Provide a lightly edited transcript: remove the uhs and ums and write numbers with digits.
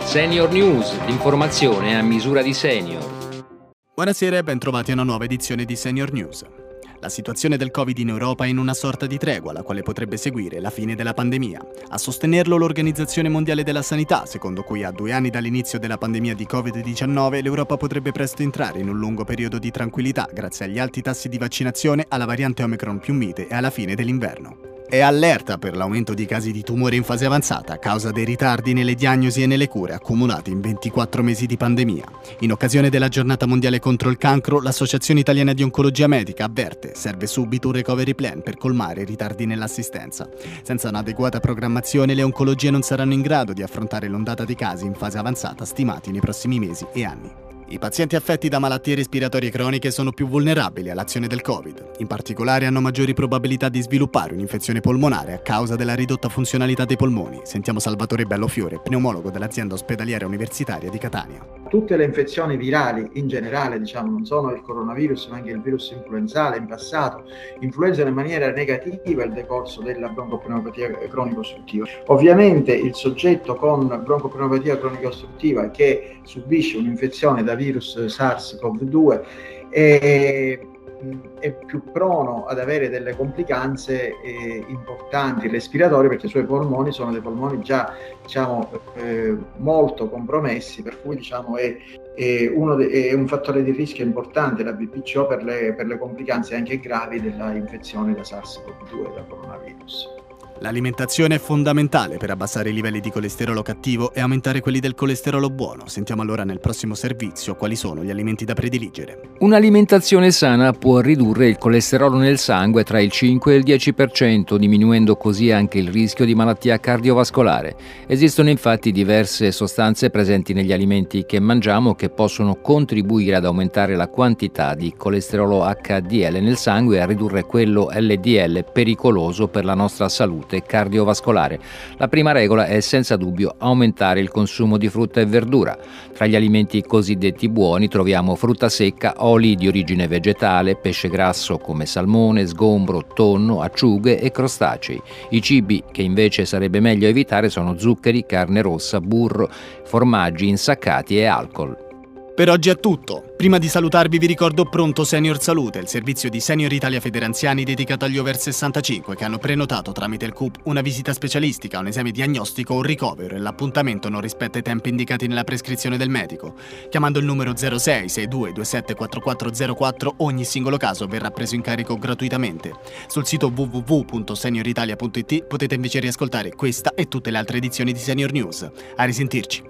Senior News, l'informazione a misura di senior. Buonasera e ben trovati a una nuova edizione di Senior News. La situazione del Covid in Europa è in una sorta di tregua, la quale potrebbe seguire la fine della pandemia. A sostenerlo l'Organizzazione Mondiale della Sanità, secondo cui a 2 anni dall'inizio della pandemia di Covid-19 l'Europa potrebbe presto entrare in un lungo periodo di tranquillità grazie agli alti tassi di vaccinazione, alla variante Omicron più mite e alla fine dell'inverno. È allerta per l'aumento di casi di tumore in fase avanzata a causa dei ritardi nelle diagnosi e nelle cure accumulati in 24 mesi di pandemia. In occasione della Giornata Mondiale contro il Cancro, l'Associazione Italiana di Oncologia Medica avverte: serve subito un recovery plan per colmare i ritardi nell'assistenza. Senza un'adeguata programmazione, le oncologie non saranno in grado di affrontare l'ondata di casi in fase avanzata stimati nei prossimi mesi e anni. I pazienti affetti da malattie respiratorie croniche sono più vulnerabili all'azione del Covid. In particolare hanno maggiori probabilità di sviluppare un'infezione polmonare a causa della ridotta funzionalità dei polmoni. Sentiamo Salvatore Bellofiore, pneumologo dell'azienda ospedaliera universitaria di Catania. Tutte le infezioni virali in generale, non solo il coronavirus ma anche il virus influenzale in passato, influenzano in maniera negativa il decorso della broncopneumopatia cronico-ostruttiva. Ovviamente il soggetto con broncopneumopatia cronico-ostruttiva che subisce un'infezione da virus SARS-CoV-2 è più prono ad avere delle complicanze importanti respiratorie, perché i suoi polmoni sono dei polmoni già molto compromessi, per cui è un fattore di rischio importante la BPCO per le complicanze anche gravi della infezione da SARS-CoV-2 da coronavirus. L'alimentazione è fondamentale per abbassare i livelli di colesterolo cattivo e aumentare quelli del colesterolo buono. Sentiamo allora nel prossimo servizio quali sono gli alimenti da prediligere. Un'alimentazione sana può ridurre il colesterolo nel sangue tra il 5 e il 10%, diminuendo così anche il rischio di malattia cardiovascolare. Esistono infatti diverse sostanze presenti negli alimenti che mangiamo che possono contribuire ad aumentare la quantità di colesterolo HDL nel sangue e a ridurre quello LDL pericoloso per la nostra salute cardiovascolare. La prima regola è senza dubbio aumentare il consumo di frutta e verdura. Tra gli alimenti cosiddetti buoni troviamo frutta secca, oli di origine vegetale, pesce grasso come salmone, sgombro, tonno, acciughe e crostacei. I cibi che invece sarebbe meglio evitare sono zuccheri, carne rossa, burro, formaggi insaccati e alcol. Per oggi è tutto. Prima di salutarvi vi ricordo Pronto Senior Salute, il servizio di Senior Italia Federanziani dedicato agli over 65 che hanno prenotato tramite il CUP una visita specialistica, un esame diagnostico o un ricovero e l'appuntamento non rispetta i tempi indicati nella prescrizione del medico. Chiamando il numero 06 62 27 4404 ogni singolo caso verrà preso in carico gratuitamente. Sul sito www.senioritalia.it potete invece riascoltare questa e tutte le altre edizioni di Senior News. A risentirci.